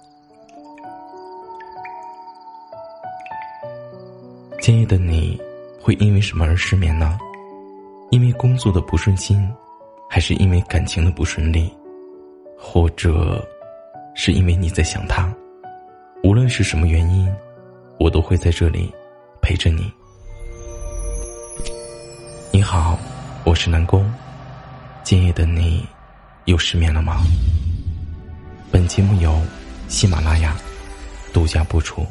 今夜的你会因为什么而失眠呢？因为工作的不顺心，还是因为感情的不顺利，或者是因为你在想他？无论是什么原因，我都会在这里陪着你。你好，我是南宫。今夜的你又失眠了吗？本节目由喜马拉雅独家播出。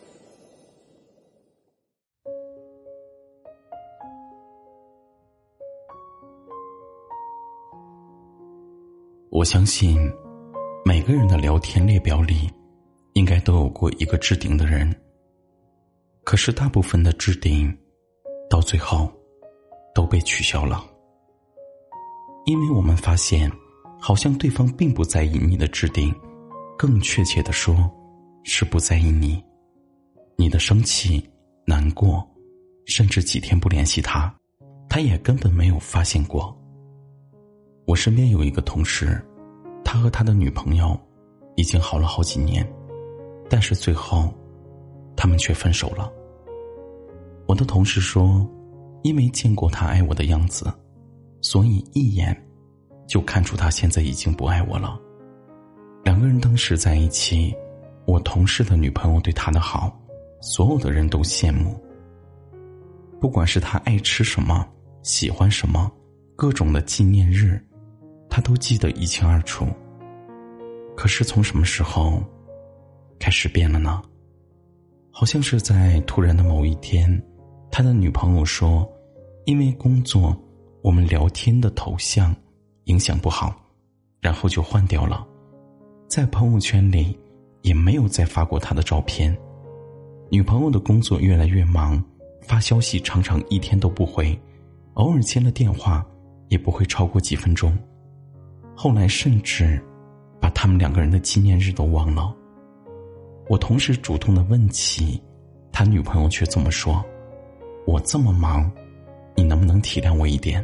我相信每个人的聊天列表里应该都有过一个置顶的人，可是大部分的置顶到最后都被取消了，因为我们发现好像对方并不在意你的置顶，更确切地说是不在意你的生气、难过，甚至几天不联系他也根本没有发现过。我身边有一个同事，他和他的女朋友已经好了好几年，但是最后他们却分手了。我的同事说，因为见过他爱我的样子，所以一眼就看出他现在已经不爱我了。两个人当时在一起，我同事的女朋友对他的好，所有的人都羡慕。不管是他爱吃什么，喜欢什么，各种的纪念日，他都记得一清二楚。可是从什么时候开始变了呢？好像是在突然的某一天，他的女朋友说，因为工作我们聊天的头像影响不好，然后就换掉了，在朋友圈里也没有再发过他的照片。女朋友的工作越来越忙，发消息常常一天都不回，偶尔接了电话也不会超过几分钟，后来甚至把他们两个人的纪念日都忘了。我同事主动的问起，他女朋友却这么说，我这么忙，你能不能体谅我一点？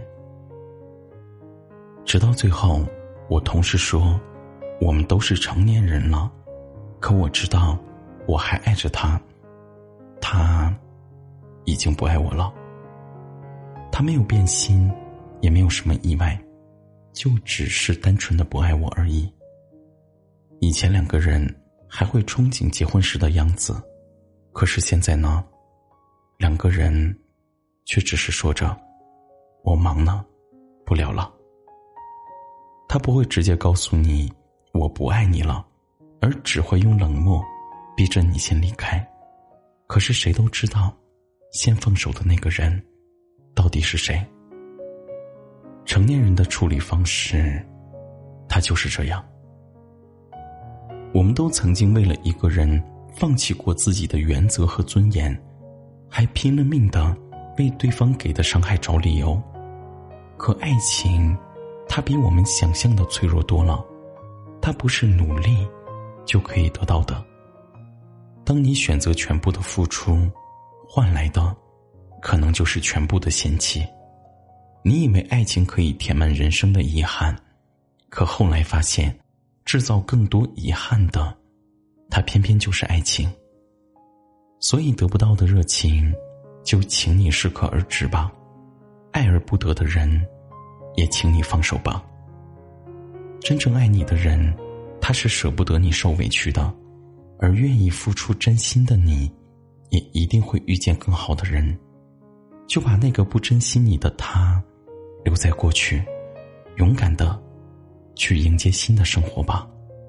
直到最后，我同事说，我们都是成年人了，可我知道我还爱着他，他已经不爱我了。他没有变心，也没有什么意外，就只是单纯的不爱我而已。以前两个人还会憧憬结婚时的样子，可是现在呢，两个人却只是说着我忙呢，不聊了。他不会直接告诉你我不爱你了，而只会用冷漠逼着你先离开。可是谁都知道，先放手的那个人到底是谁？成年人的处理方式，他就是这样。我们都曾经为了一个人放弃过自己的原则和尊严，还拼了命的为对方给的伤害找理由。可爱情，它比我们想象的脆弱多了，它不是努力就可以得到的。当你选择全部的付出，换来的可能就是全部的嫌弃。你以为爱情可以填满人生的遗憾，可后来发现制造更多遗憾的，它偏偏就是爱情。所以得不到的热情，就请你适可而止吧。爱而不得的人，也请你放手吧。真正爱你的人，他是舍不得你受委屈的，而愿意付出真心的你，也一定会遇见更好的人。就把那个不珍惜你的他留在过去，勇敢的去迎接新的生活吧。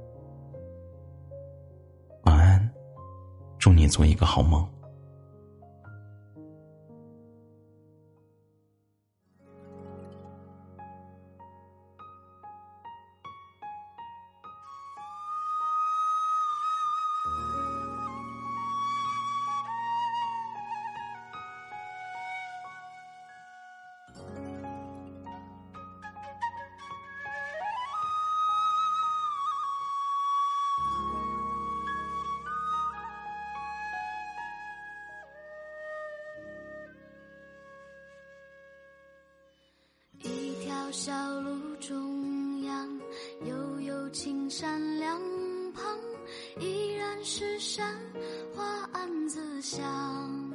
晚安，祝你做一个好梦。 小路中央，悠悠青山两旁， 依然是山花暗自香。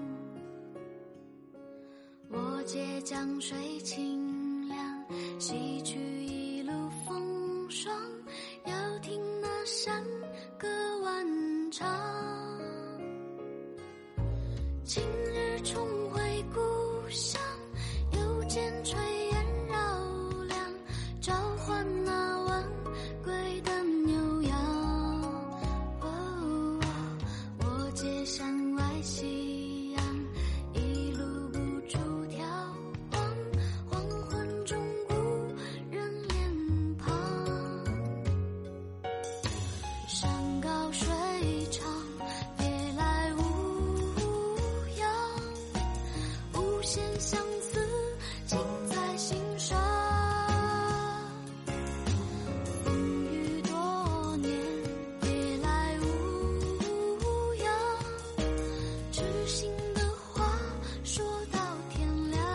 我借江水清凉，洗去一路风霜，要听那山歌万唱。今日重回故乡，又见炊烟绕梁，召唤那晚归的牛羊。我借山外夕阳，一路不住眺望，黄昏中故人脸庞。山高水长，别来无恙，无限相思尽在心上。风雨多年，别来无恙，痴心的话说到天亮。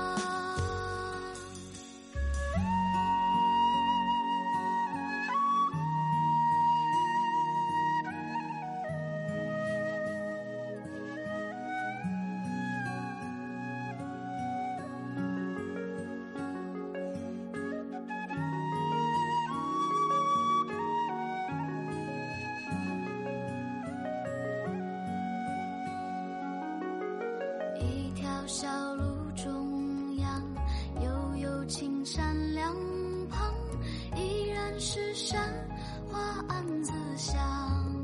一条小路中央，悠悠青山两旁，依然是山花暗自香。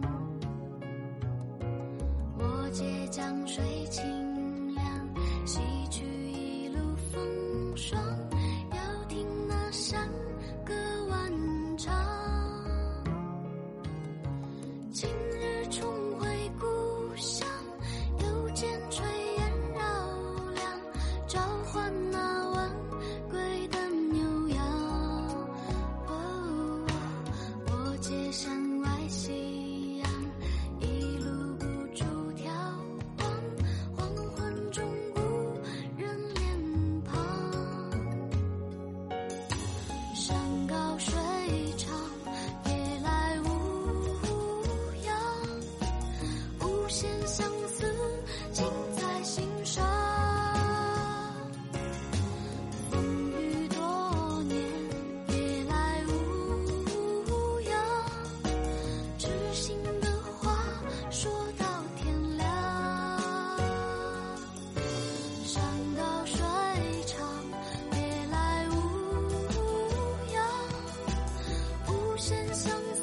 我借江水清凉，洗去一路风霜，要听那山歌万唱。今日重回故乡，又见炊烟绕梁，召唤那晚归的牛羊。我借山外夕阳，一路不住眺望，黄昏中故人脸庞。山高水长，别来无恙，无限相思尽在心上。风雨多年，别来无恙，痴心的话说到天亮。山高水长，别来无恙，无限相思